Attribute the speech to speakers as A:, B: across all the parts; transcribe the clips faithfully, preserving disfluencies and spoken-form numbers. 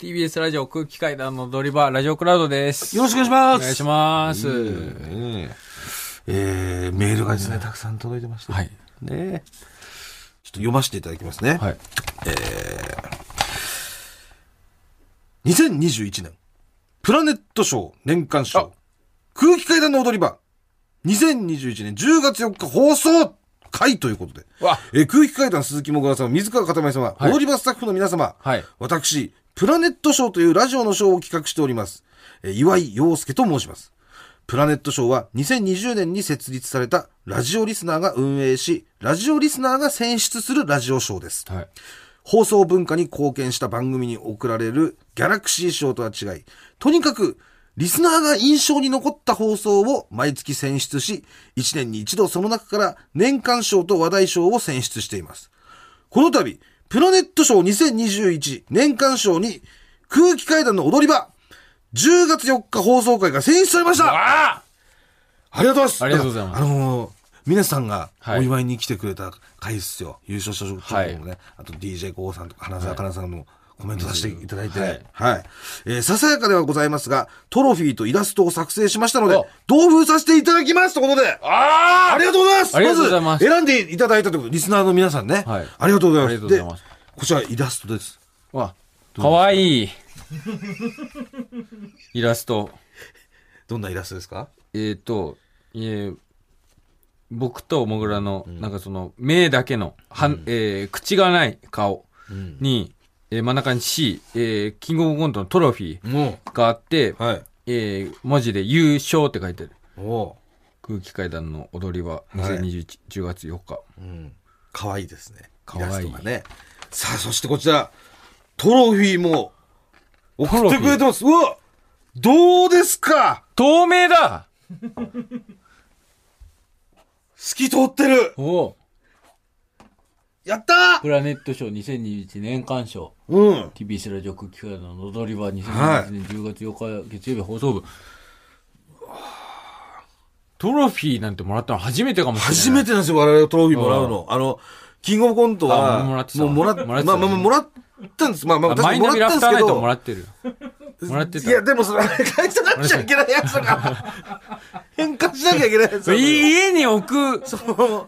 A: ティービーエス ラジオ空気階段の踊り場、ラジオクラウドです。
B: よろしくお願いします。
A: お願いします。
B: えーえー、メールがですね、たくさん届いてまして。はい。ね、ちょっと読ませていただきますね。はい。えー、にせんにじゅういちねん、プラネット賞年間賞、空気階段の踊り場、にせんにじゅういちねんじゅうがつよっか放送回ということで、えー、空気階段鈴木もぐら様、水川かたまり様、はい、踊り場スタッフの皆様、はい、私、プラネット賞というラジオの賞を企画しております。えー、岩井陽介と申します。プラネット賞はにせんにじゅうねんに設立されたラジオリスナーが運営し、ラジオリスナーが選出するラジオ賞です。はい、放送文化に貢献した番組に贈られるギャラクシー賞とは違い、とにかくリスナーが印象に残った放送を毎月選出し、いちねんに一度その中から年間賞と話題賞を選出しています。この度、プラネット賞にせんにじゅういち年間賞に空気階段の踊り場、じゅうがつよっか放送回が選出されました。ありがとうございます。
A: ありがとうございます。
B: あのー、皆さんがお祝いに来てくれた回ですよ。はい、優勝した時もね、はい、あと ディージェー コウさんとか花澤香菜さんもコメントさせていただいて、はい。はい。えー、ささやかではございますが、トロフィーとイラストを作成しましたので、同封させていただきますということで、ああありがとうございます。
A: ありがとうございます。
B: まず、選んでいただいたということで、リスナーの皆さんね、はい。ありがとうございます。ありがとうございます。で、こちらイラストです。
A: わ、かわいい。イラスト。
B: どんなイラストですか？
A: えっ、ー、と、えー、僕ともぐらの、うん、なんかその、目だけの、はん、えー、口がない顔に、うん、えー、真ん中に C、えー、キングオブコントのトロフィーがあって、はい、えー、文字で優勝って書いてある。お空気階段の踊り場、にせんにじゅういち、はい、じゅうがつよっか。
B: うん。かわいいですね。かわいい。イラストがね。さあ、そしてこちら、トロフィーも送ってくれてます。うわ、どうですか？
A: 透明だ。
B: 透き通ってる。おやったー。
A: プラネット賞にせんにじゅういち年間賞。うん。ティービーエス ラジオ空気階段の踊り場にせんにじゅういちねんじゅうがつよっか月曜日放送部。トロフィーなんてもらったの初めてかもしれない。
B: 初めてなんですよ、我々トロフィーもらうの。あの、キングオブコントは、
A: もうもらってた。
B: もうもらっ、まあまあもらったんです。まあまあ、
A: マイナビラフターナイトもらってる。もらってた。
B: いや、でもそれ、返さなくちゃいけないやつが、変換しなきゃいけないやつが。
A: 家に置く。
B: そう、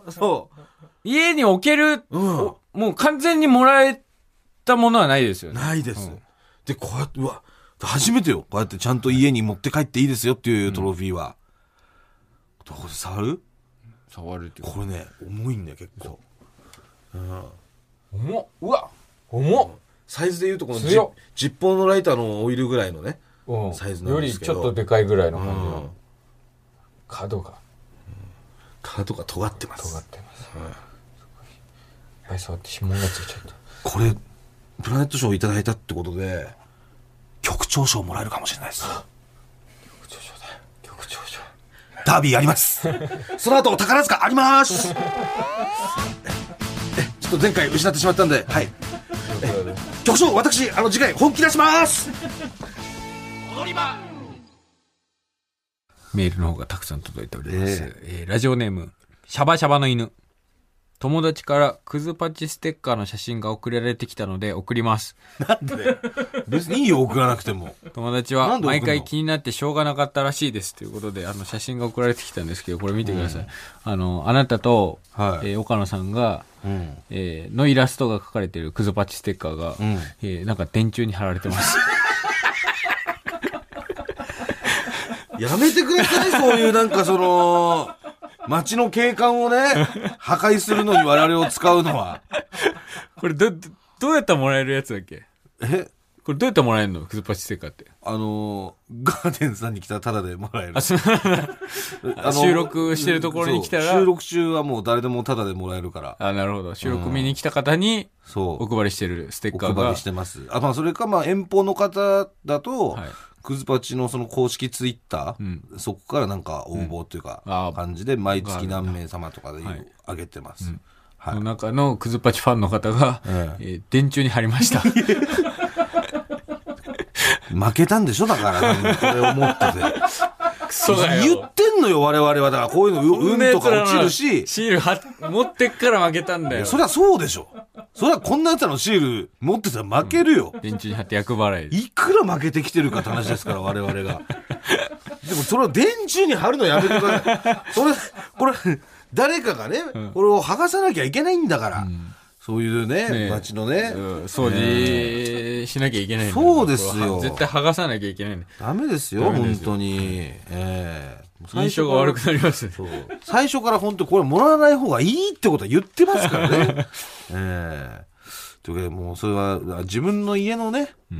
B: そう。
A: 家に置ける、うん、もう完全にもらえたものはないですよね。
B: ないです。うん、で、こうやって、うわ、初めてよ。こうやってちゃんと家に持って帰っていいですよっていうトロフィーは。うん、どこで触る？
A: 触るっていう。
B: これね、重いんだよ、結構。うん、
A: 重っ。うわ、重っ。
B: サイズで言うとこのジッジッポーのライターのオイルぐらいのね、うん、サイズなんですけど。
A: よりちょっとでかいぐらいの感じの。うん、角が。うん、
B: 角が尖ってます。
A: 尖ってます。うん、いっぱい触って指紋がついちゃった。
B: これ、プラネット賞をいただいたってことで、局長賞もらえるかもしれないです。
A: 局長賞だ。局長賞。
B: ダービーあります。その後、宝塚あります。え、ちょっと前回失ってしまったんで、はい。局長、私、あの次回本気出します。踊り場。
A: メールの方がたくさん届いております。えーえー、ラジオネームシャバシャバの犬。友達からクズパチステッカーの写真が送られてきたので送ります。
B: なんで？別にいいよ、送らなくても。
A: 友達は毎回気になってしょうがなかったらしいですということで、あの写真が送られてきたんですけど、これ見てください。うん、あのあなたと、はい、えー、岡野さんが、うん、えー、のイラストが描かれているクズパチステッカーが、うん、えー、なんか電柱に貼られてます。
B: やめてください、そういうなんかその街の景観をね破壊するのに我々を使うのは。
A: これどどうやったらもらえるやつだっけ？
B: え、
A: これどうやったらもらえるの？クズパチステッカーって。
B: あのー、ガーデンさんに来たらタダでもらえる。あ
A: あ収録してるところに来たら、
B: 収録中はもう誰でもタダでもらえるから。
A: あ、なるほど。収録見に来た方に、そうお配りしてるステッカーが。
B: お配りしてます。あ、まあそれかまあ遠方の方だと、はい、クズパチのその公式ツイッター、うん、そこからなんか応募というか、うん、感じで毎月何名様とかで上げてます。
A: はい、の中のクズパチファンの方が、えええー、電柱に貼りました。
B: 負けたんでしょ、だからこれを持ってて。クソだよ。言ってんのよ、我々は。だからこういうのうんとか落ちるし。
A: シールは持ってっから負けたんだよ。
B: そりゃそうでしょ。 それはこんなやつらのシール持ってたら負けるよ。
A: うん、電柱に貼って厄払い。
B: いくら負けてきてるかって話ですから、我々が。でもそれを電柱に貼るのやめてください。それ、これ、誰かがね、うん、これを剥がさなきゃいけないんだから。うん、そういうね、ね街のね、うん、
A: 掃除しなきゃいけないんだ。
B: そうですよ。
A: 絶対剥がさなきゃいけないんだ。
B: ダメですよ、本当に。えー
A: 印象が悪くなりますね。
B: そう最初から本当これもらわない方がいいってことは言ってますからね。えー、というわけでもうそれは自分の家のね、うん、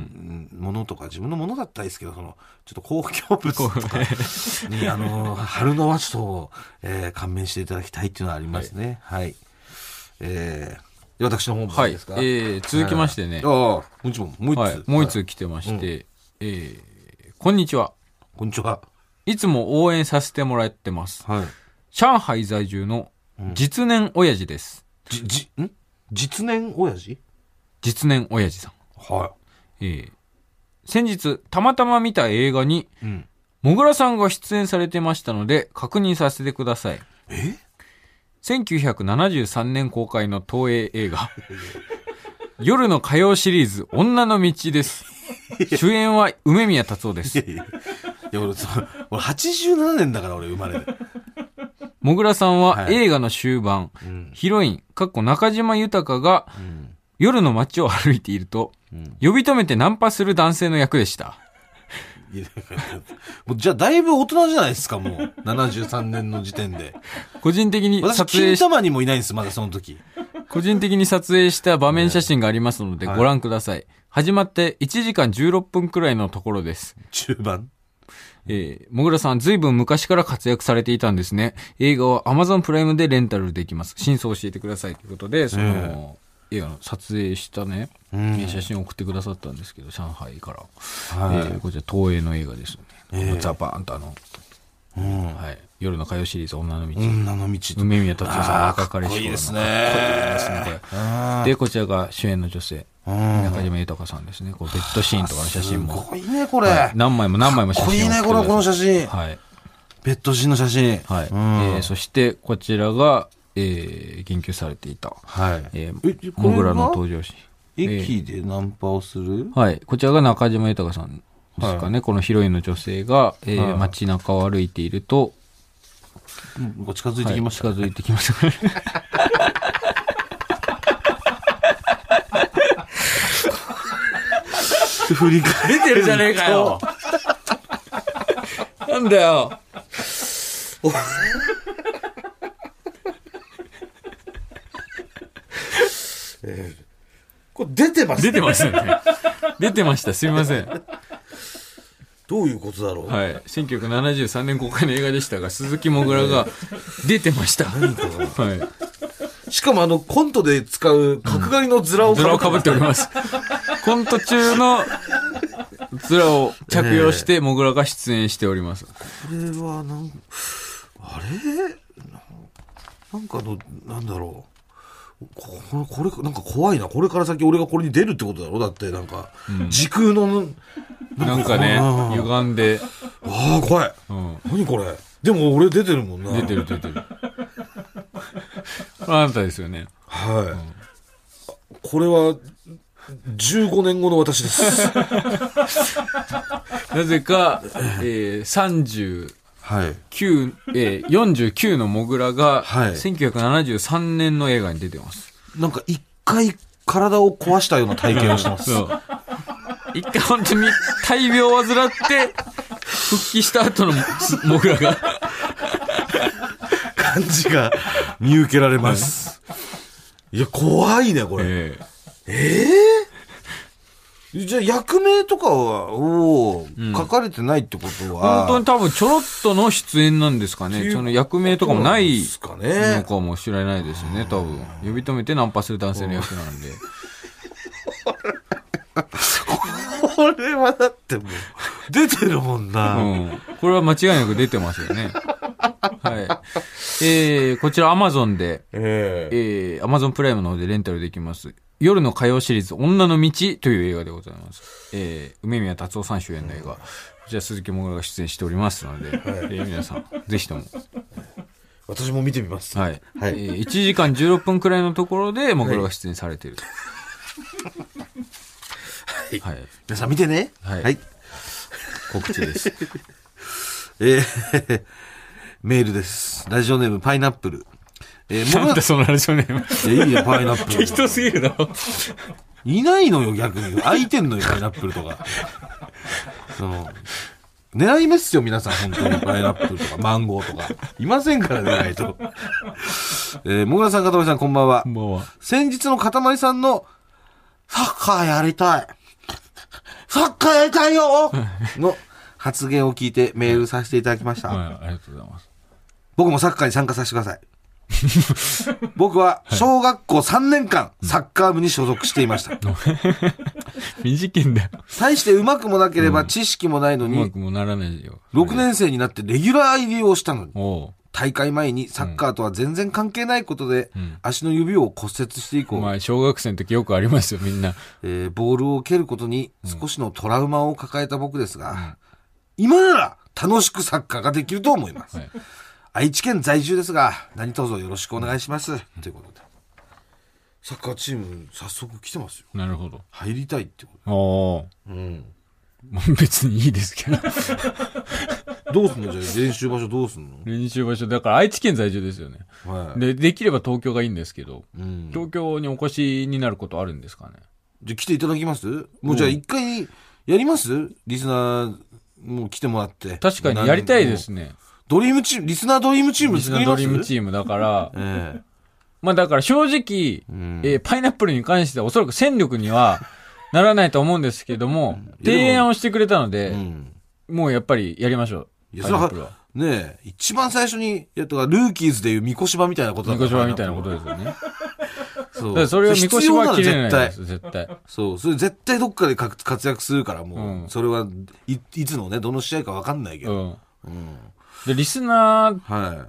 B: ものとか自分のものだったらいいですけど、そのちょっと公共物とかにあの貼るのはちょっと、えー、勘弁していただきたいっていうのはありますね。はい。はい、えー、私の方もいいですか。
A: はい、えー、続きましてね。
B: ああ、もう一問もう一つ、はい、
A: もう一つ来てまして、はい、えー、こんにちは。
B: こんにちは。
A: いつも応援させてもらってます。はい、上海在住の実年親父です。
B: うん、じ、じ、ん実年親父
A: 実年親父さん。
B: はい。
A: えー、先日、たまたま見た映画に、うん、もぐらさんが出演されてましたので、確認させてください。
B: え
A: せんきゅうひゃくななじゅうさんねん公開の東映映画、夜の歌謡シリーズ、女の道です。主演は梅宮達夫です。
B: いやいやいや俺、俺はちじゅうななねんだから俺生まれで。
A: もぐらさんは映画の終盤、はいうん、ヒロイン、かっこ中島豊が、うん、夜の街を歩いていると、うん、呼び止めてナンパする男性の役でした。
B: いやもうじゃあだいぶ大人じゃないですか、もう。ななじゅうさんねんの時点で。
A: 個人的に撮
B: 影し、私、金玉にもいないんです、まだその時。
A: 個人的に撮影した場面写真がありますので、ご覧ください。はい、始まっていちじかんじゅうろっぷんくらいのところです。
B: 中盤
A: えー、もぐらさん、ずいぶん昔から活躍されていたんですね。映画は Amazon プライムでレンタルできます。真相を教えてくださいということで、その、映画の撮影したね、うん、写真を送ってくださったんですけど、上海から。はい、えー、こちら東映の映画ですね。えー、ザバーンとあの、うん、はい。夜の歌謡シリーズ、女の道。
B: 女の道。
A: 梅宮達夫さん、若かりし
B: 頃の。かっこいいですね。
A: かっこいいですね、これ。で、こちらが主演の女性。中島豊さんですね。こうベッドシーンとかの写真も。
B: すごいね、これ。
A: はい、何枚も何枚も写真を。
B: かっこいいね、この、この写真。
A: はい。
B: ベッドシーンの写真。
A: はい。うん、えー、そして、こちらが、えー、言及されていた。
B: はい。
A: えー、もぐらの登場シ
B: ーン。駅でナンパをする、
A: はい。こちらが中島豊さんですかね。はい、このヒロインの女性が、えーはい、街中を歩いていると、
B: うん、近づいてきました、ね。
A: はい、近づいてきましたね。
B: 振り返
A: 出てるじゃねえかよ。なんだよ。
B: えー、これ出てます
A: ね。出てますよね。出てました。すみません。
B: どういうことだろう。
A: はい。せんきゅうひゃくななじゅうさんねん公開の映画でしたが、鈴木もぐらが出てました。
B: 何かが。はい。しかもあのコントで使う角刈りのズラを
A: かぶって、うん、ズラをかぶっております。コント中のズラを着用してもぐらが出演しております。
B: これはなんあれなんかのなんだろう。これこれなんか怖いな。これから先俺がこれに出るってことだろ。だってなんか、うん、時空の
A: なんかね歪んで。
B: ああ怖い。うん、何これ。でも俺出てるもんな。
A: 出てる出てる。あなたですよね。
B: はい、うん、これはじゅうごねんごの私です。
A: なぜか、えー、さんじゅうきゅう、はいえー、よんじゅうきゅうのモグラが、はい、せんきゅうひゃくななじゅうさんねんの映画に出てます。
B: なんか一回体を壊したような体験をしてます。
A: そう一回本当に大病を患って復帰した後のモグラが
B: 感じが見受けられます。はい、いや怖いねこれ。えーえー、じゃあ役名とかはお、うん、書かれてないってことは
A: 本当に多分ちょろっとの出演なんですかね。その役名とかもないのかもしれないですよね。多分呼び止めてナンパする男性の役なんで。
B: これはだってもう出てるもんな、
A: うん、これは間違いなく出てますよね。はい。えー、こちら Amazon で、えー、えー、Amazon プライムの方でレンタルできます。夜の歌謡シリーズ女の道という映画でございます。えー、梅宮達夫さん主演の映画。こちら鈴木もぐらが出演しておりますので、はいえー、皆さんぜひとも
B: 私も見てみます。
A: はい。はい、えー、いちじかんじゅうろっぷんくらいのところで、もぐらが出演されている。
B: はい。はい。皆さん見てね。
A: はい。はい、告知です。
B: えー、メールです。ラジオネームパイナップル。
A: えー、なんだそのラジオネーム。
B: いや、いいよ、パイナップル。
A: 適当すぎるだろ。
B: いないのよ、逆に。空いてんのよ、パイナップルとか。その、狙い目っすよ、皆さん、本当に。パイナップルとか、マンゴーとか。いませんからね、意外と。えー、もぐらさん、かたまりさん、こんばんは。
A: こんばんは。
B: 先日のかたまりさんの、サッカーやりたい。サッカーやりたいよの発言を聞いてメールさせていただきました。
A: はい、ありがとうございます。
B: 僕もサッカーに参加させてください。僕は小学校さんねんかんサッカー部に所属していました。
A: 短いんだよ。
B: 大して上手くもなければ知識もないのに、
A: 上手くもならないよ。
B: ろくねん生になってレギュラー入りをしたのに、
A: おう
B: 大会前にサッカーとは全然関係ないことで、うん、足の指を骨折して以降、
A: まあ小学生の時よくありますよみんな、
B: えー、ボールを蹴ることに少しのトラウマを抱えた僕ですが、うん、今なら楽しくサッカーができると思います、はい、愛知県在住ですが何卒よろしくお願いします、うん、ということでサッカーチーム早速来てますよ。
A: なるほど。
B: 入りたいってこと。
A: ああ、うん、別にいいですけど
B: どうすんのじゃあ練習場所どうすんの。
A: 練習場所だから愛知県在住ですよね、はい、でできれば東京がいいんですけど、うん、東京にお越しになることあるんですかね。
B: じゃあ来ていただきます。もうじゃあ一回やります。リスナーもう来てもらって。
A: 確かにやりたいですね。
B: ドリームチームリスナードリームチーム作ります。
A: リスナードリームチームだから、ええ、まあだから正直、うんえー、パイナップルに関してはおそらく戦力にはならないと思うんですけども提案をしてくれたので、うん、もうやっぱりやりましょう。
B: いやそれはねえ一番最初にやったルーキーズでいうみこしばみたいなことだから。
A: みこしばみたいなことですよね。そうだからそれはみこしばは切れないです絶対。
B: そうそれ絶対どっかで活躍するからもう、うん、それはい、いつのねどの試合か分かんないけど、うんうん、
A: でリスナー、はい、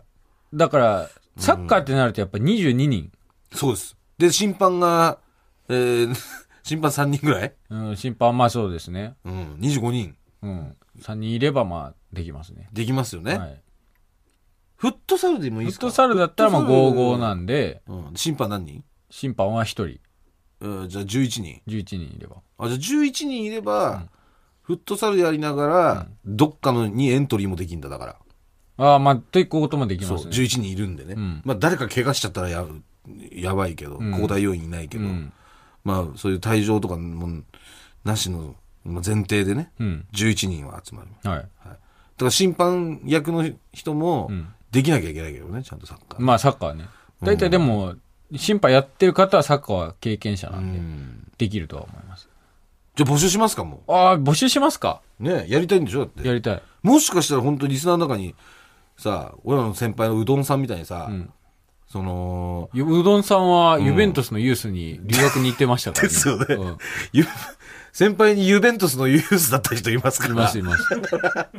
A: だからサッカーってなるとやっぱりにじゅうににん、
B: うん、そうです。で審判が、えー、審判さんにんぐらい、
A: うん、審判まあそうですね、
B: うん、にじゅうごにん、
A: うん、さんにんいればまあできますね。
B: できますよね、はい、フットサルでもいいですか。
A: フットサルだったらまあごたいごなんで、
B: うん、審判何人。
A: 審判はひとり、
B: うん、じゃあじゅういちにん。
A: じゅういちにんいれば。
B: あ、じゃあじゅういちにんいれば、うん、フットサルやりながら、うん、どっかのにエントリーもできるんだ、だから。
A: ああ、まあ、ということもできますね。
B: そう、じゅういちにんいるんでね。うん、まあ、誰か怪我しちゃったらや、やばいけど、うん、交代要員いないけど、うん、まあ、そういう退場とかもなしの前提でね、うん、じゅういちにんは集まる。はい。はい、だから審判役の人も、できなきゃいけないけどね、ちゃんとサッカー。
A: まあ、サッカーね。大体でも、うん、審判やってる方はサッカーは経験者なんで、うん、できるとは思います。
B: じゃあ募集しますかもう。
A: ああ、募集しますか。
B: ねやりたいんでしょだって。
A: やりたい。
B: もしかしたら本当にリスナーの中に、さ、俺らの先輩のうどんさんみたいにさ、うん、その、
A: うどんさんはユベントスのユースに留学に行ってましたから
B: ね。ですよね。うん、先輩にユベントスのユースだった人いますから。い
A: ますいます。
B: だから、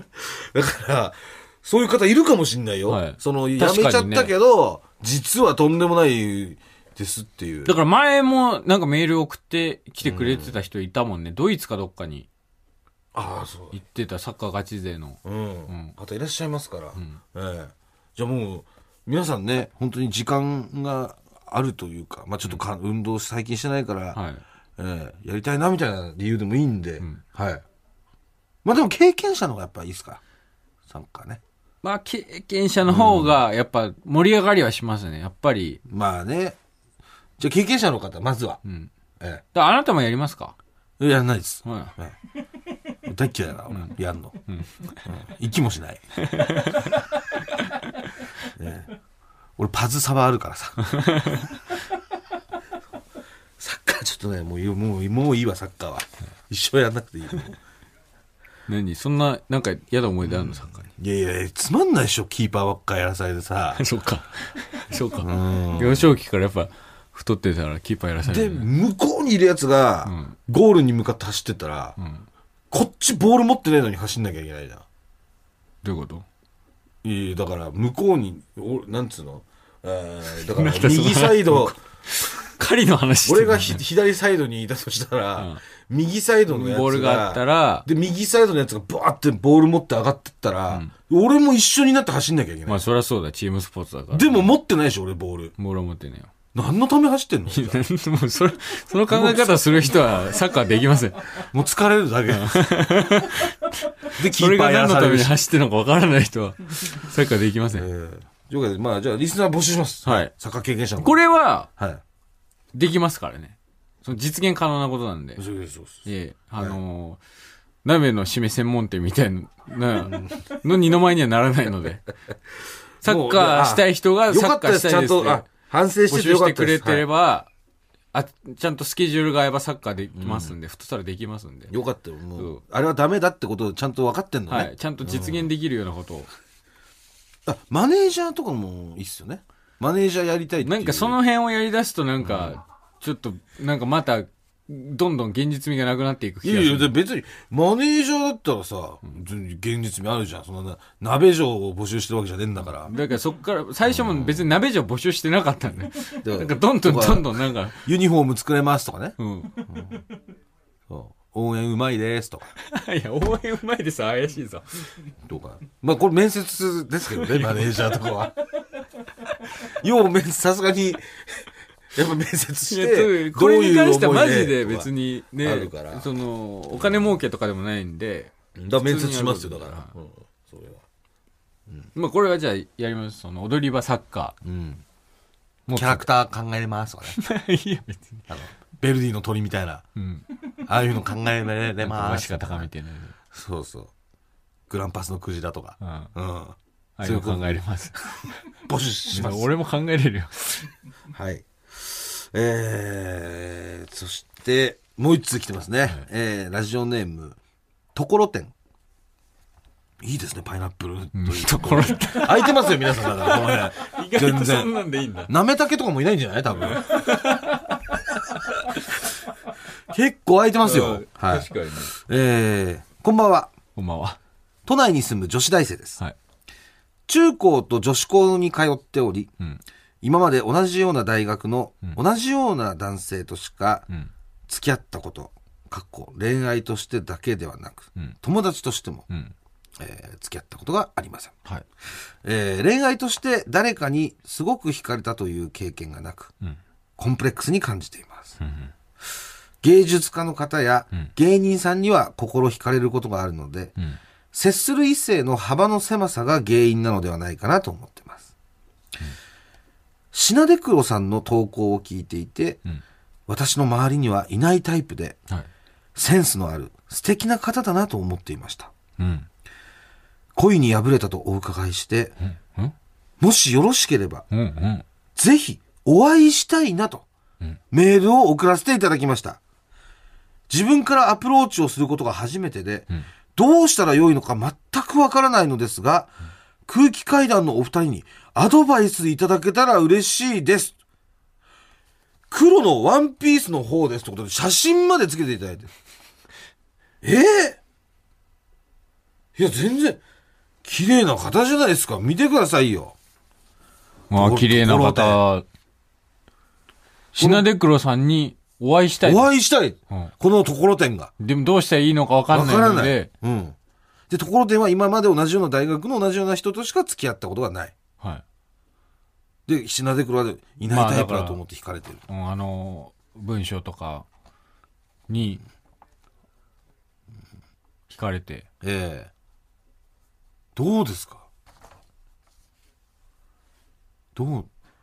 B: そういう方いるかもしんないよ。はい、その、やめちゃったけど、ね、実はとんでもないですっていう。
A: だから前もなんかメール送ってきてくれてた人いたもんね。うん、ドイツかどっかに。
B: ああ、そう。
A: 行ってたサッカーガチ勢の。
B: うん。うん、方いらっしゃいますから。うん、ええ。じゃあもう、皆さんね、本当に時間があるというか、まあちょっとか、うん、運動最近してないから、はい、ええ、やりたいなみたいな理由でもいいんで、うん、はい。まあでも経験者の方がやっぱいいですか。サッカーね。
A: まあ経験者の方がやっぱ盛り上がりはしますね。やっぱり。
B: まあね。じゃあ経験者の方、まずは。うん。
A: ええ。だあなたもやりますか。
B: やらないです。はい。はい、大っ嫌いだな、俺。うん、やんの。うん。うん、息もしない。ね、俺パズサバあるからさ。サッカーちょっとね、もう、もう、もういいわ、サッカーは。一生やんなくていい。
A: 何そんな、なんか嫌な思い出あるの、サッカーに。
B: いやいや、つまんないでしょ、キーパーばっかやらされてさ。
A: そうか。そうか。幼少期からやっぱ、太ってたらキーパーやらされる、
B: ね。で、向こうにいるやつが、うん、ゴールに向かって走ってったら、うん、こっちボール持ってないのに走んなきゃいけないじゃん。
A: どういうこと？
B: いやだから、向こうに、おなんつうの、えー、だから、右サイド、
A: 狩りの話してる、
B: 俺がひ左サイドにいたとしたら、うん、右サイドのやつが、
A: ボールがあったら、
B: で、右サイドのやつがバーってボール持って上がってったら、うん、俺も一緒になって走んなきゃいけない。
A: まあそりゃそうだ、チームスポーツだから。
B: でも持ってないでしょ、俺ボール。
A: ボールは持ってないよ。
B: 何のため走ってんの？
A: もうそれ、その考え方する人はサッカーできません。
B: もう疲れるだけ。
A: で、キーパーやらされるし。それが何のために走ってるのかわからない人は、サッカーできません。え
B: ー、了解です。まあ、じゃあ、リスナー募集します。
A: はい。
B: サッカー経験者の。
A: これは、
B: はい。
A: できますからね。その実現可能なことなんで。
B: そうです、そうです。
A: ええ、あのー、鍋の締め専門店みたいな、の二の前にはならないので。サッカーしたい人がサッカーしたいですね。
B: 反省して
A: 募集してくれてれば、はい、あ、ちゃんとスケジュールが合えばサッカーできますんで、うん、フットサルできますんで。
B: よかったよ。もう、あれはダメだってことをちゃんと分かってんのね。
A: はい。ちゃんと実現できるようなことを。
B: うん、あ、マネージャーとかもいいっすよね。マネージャーやりたいっていう。
A: なんかその辺をやり出すとなんか、ちょっと、なんかまた、どんどん現実味がなくなっていく気がする。
B: いやいや、別に、マネージャーだったらさ、うん、現実味あるじゃん。そんな、鍋嬢を募集してるわけじゃねえんだから。
A: だからそっから、最初も別に鍋嬢募集してなかったんだよ。なんかどんどんどんどんなんか。
B: ユニフォーム作れますとかね。うん。うん、そう応援うまいですと
A: か。いや、応援うまいです怪しいぞ。
B: とか。まあこれ面接ですけどね、マネージャーとかは。よう面接、さすがに、やっぱ面接して、
A: これに関してはマジで別にね、その、お金儲けとかでもないんで。
B: だ面接しますよ、だから。うん、それは。
A: うん、まあこれはじゃあやります。その、踊り場サッカー。うん。
B: キャラクター考えれますとかね。いや別に。あの、ベルディの鳥みたいな。うん。ああいうの考えれれます。
A: しか高めてね。
B: そうそう。グランパスのクジラとか。うん。うん。
A: ああいうの考えれます。
B: 募集します。
A: 俺も考えれるよ。
B: はい。えー、そして、もう一通来てますね。はい、えー、ラジオネーム、ところてん。いいですね、パイナップルという。
A: ところてん。
B: 空いてますよ、皆さん。だから、この辺。
A: 意外とそんなんでいいんだ。
B: なめたけとかもいないんじゃない多分。結構空いてますよ。
A: はい。確かにね。
B: えー、こんばんは。
A: こんばんは。
B: 都内に住む女子大生です。
A: はい。
B: 中高と女子校に通っており、うん、今まで同じような大学の同じような男性としか付き合ったこと、かっこ恋愛としてだけではなく、うん、友達としても、うんえー、付き合ったことがありません、はいえー。恋愛として誰かにすごく惹かれたという経験がなく、うん、コンプレックスに感じています。うんうん、芸術家の方や芸人さんには心惹かれることがあるので、うん、接する異性の幅の狭さが原因なのではないかなと思っています。うんシナデクロさんの投稿を聞いていて、うん、私の周りにはいないタイプで、はい、センスのある素敵な方だなと思っていました。うん、恋に破れたとお伺いして、うんうん、もしよろしければ、うんうん、ぜひお会いしたいなと、うん、メールを送らせていただきました。自分からアプローチをすることが初めてで、うん、どうしたらよいのか全くわからないのですが、うん空気階段のお二人にアドバイスいただけたら嬉しいです。黒のワンピースの方ですってことで写真までつけていただいて。ええー、いや全然綺麗な方じゃないですか。見てくださいよ。
A: まあ綺麗な方。シナデクロさんにお会いしたい。
B: お会いしたい。うん、このところてんが。
A: でもどうしたらいいのか分かんないので。分からない。うん。
B: で、ところでは今まで同じような大学の同じような人としか付き合ったことがない。はい。で、シナデクロはいないタイプだと思って惹かれてる。
A: まあ、うん、あの、文章とかに惹かれて。
B: ええどうですかどう、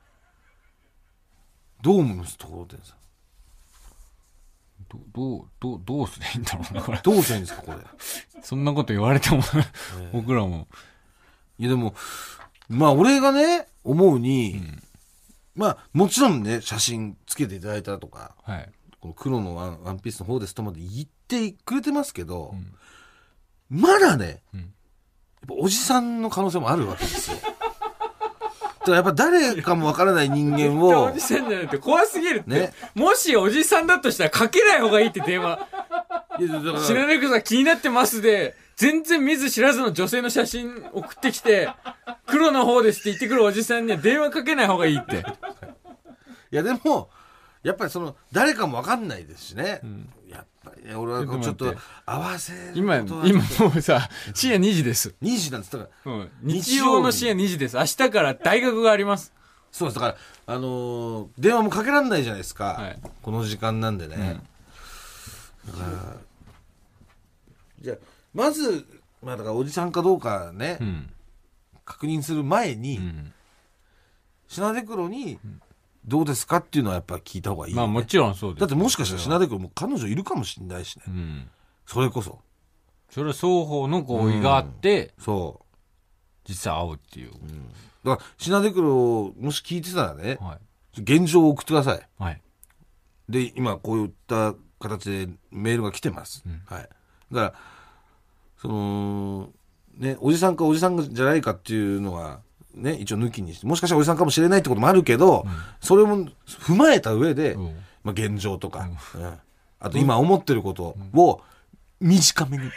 B: どう思いますところでさん。
A: どどう、どう、どうすればいいんだろうな、これ。
B: どうすればいいんですか、これ。
A: そんなこと言われても、えー、僕らも。
B: いや、でも、まあ、俺がね、思うに、うん、まあ、もちろんね、写真つけていただいたとか、はい、この黒のワン、ワンピースの方ですとまで言ってくれてますけど、うん、まだね、うん、やっぱおじさんの可能性もあるわけですよ。やっぱ誰かもわからない人間を。
A: おじさんじゃないって怖すぎるって。ね、もしおじさんだとしたらかけない方がいいって電話。知らないけど気になってますで、全然見ず知らずの女性の写真送ってきて、黒の方ですって言ってくるおじさんには電話かけない方がいいって。
B: いやでも、 やっぱりその誰かも分かんないですしね、うん、やっぱり、ね、俺はちょっと合わせる
A: 今今もうさ深夜にじです。
B: にじなんつったら、
A: うん、日曜の深夜にじです。明日から大学があります。
B: そうです。だからあのー、電話もかけられないじゃないですか、はい、この時間なんでね、うん、だからじゃあまず、まあ、だからおじさんかどうかね、うん、確認する前に、うん、品出黒にどうですかっていうのはやっぱ聞いた方がいい、ね、
A: まあもちろんそうです。
B: だってもしかしたら品出黒も彼女いるかもしれないしね、うん、それこそ
A: それは双方の合意があって、
B: うん、そう
A: 実際会うっていう、うん、
B: だから品出黒もし聞いてたらね、はい、現状を送ってください、はい、で今こういった形でメールが来てます、うんはい、だからそのねおじさんかおじさんじゃないかっていうのはね一応抜きにしてもしかしたらおじさんかもしれないってこともあるけど、うん、それも踏まえた上で、うんまあ、現状とか、うんうん、あと今思ってることを短めに、うん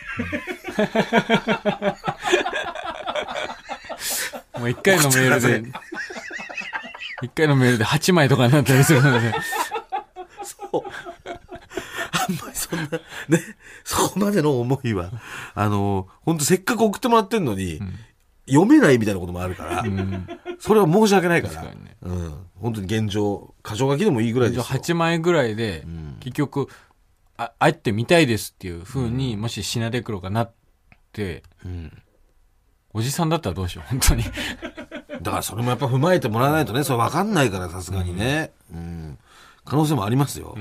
A: もう一回のメールで一回のメールではちまいとかになったりするので
B: そうあんまりそんなねそこまでの思いはあの本当せっかく送ってもらってんのに、うん、読めないみたいなこともあるから、うん、それは申し訳ないから、ねうん、本当に現状箇条書きでもいいぐらいですよ。
A: はちまいぐらいで、うん、結局あ会ってみたいですっていう風に、うん、もし品出黒がなって、うんおじさんだったらどうしよう本当に
B: だからそれもやっぱ踏まえてもらわないとねそれ分かんないからさすがにね、うんうん、可能性もありますよ、うんうん、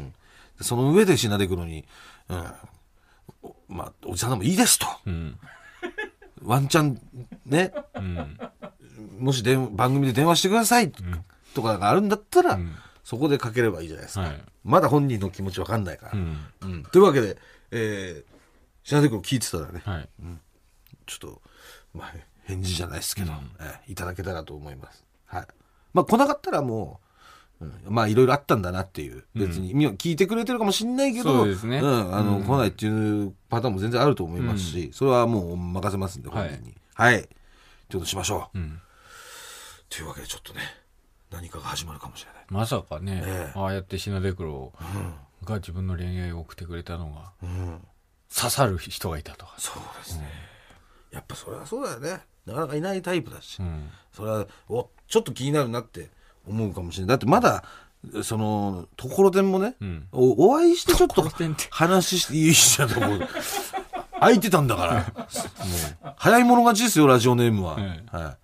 B: その上で品出黒に、うん、まあおじさんでもいいですと、うん、ワンチャンね、うん、もし番組で電話してくださいとかがあるんだったら、うん、そこでかければいいじゃないですか、はい、まだ本人の気持ち分かんないから、うんうん、というわけで、えー、品出黒聞いてたらね、はいうん、ちょっとまあ、返事じゃないですけど、うんえいただけたらと思います。はい。まあ来なかったらもう、うん、まあいろいろあったんだなっていう別に、うん、聞いてくれてるかもしれないけど、
A: そうですね。
B: うん、あの、うん、来ないっていうパターンも全然あると思いますし、うん、それはもう任せますんで本人に。はい。はい、ということしましょう。うん、というわけでちょっとね何かが始まるかもしれない。
A: まさかね、えー、ああやって品出黒が自分の恋愛を送ってくれたのが、うん、刺さる人がいたとか。
B: そうですね。うんやっぱそれはそうだよねなかなかいないタイプだし、うん、それはおちょっと気になるなって思うかもしれない。だってまだそのところてんもね、うん、お, お会いしてちょっと話していいじゃんと思う空いてたんだからもう早い者勝ちですよラジオネームは、はいはい、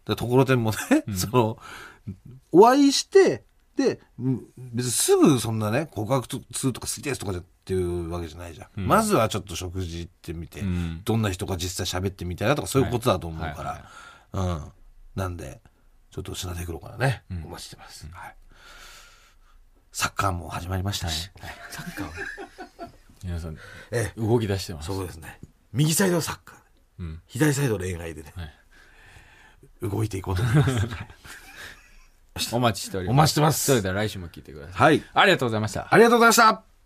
B: ところてんもね、うん、そのお会いしてで別にすぐそんなね告白するとか好きですとかっていうわけじゃないじゃん、うん、まずはちょっと食事行ってみて、うん、どんな人か実際喋ってみたいなとかそういうことだと思うから、はいはいはい、うん、なんでちょっと品出黒からね、うん、お待ちしてます、うんはい、サッカーも始まりましたし、はいはい、サッカー
A: 皆さんええ動き出してます。
B: そうですね右サイドサッカー、うん、左サイド恋愛でね、はい、動いていこうと思います
A: お待ちしております。
B: お待ちしてます。
A: それでは来週も聞いてください。
B: はい。
A: ありがとうございました。
B: ありがとうございました。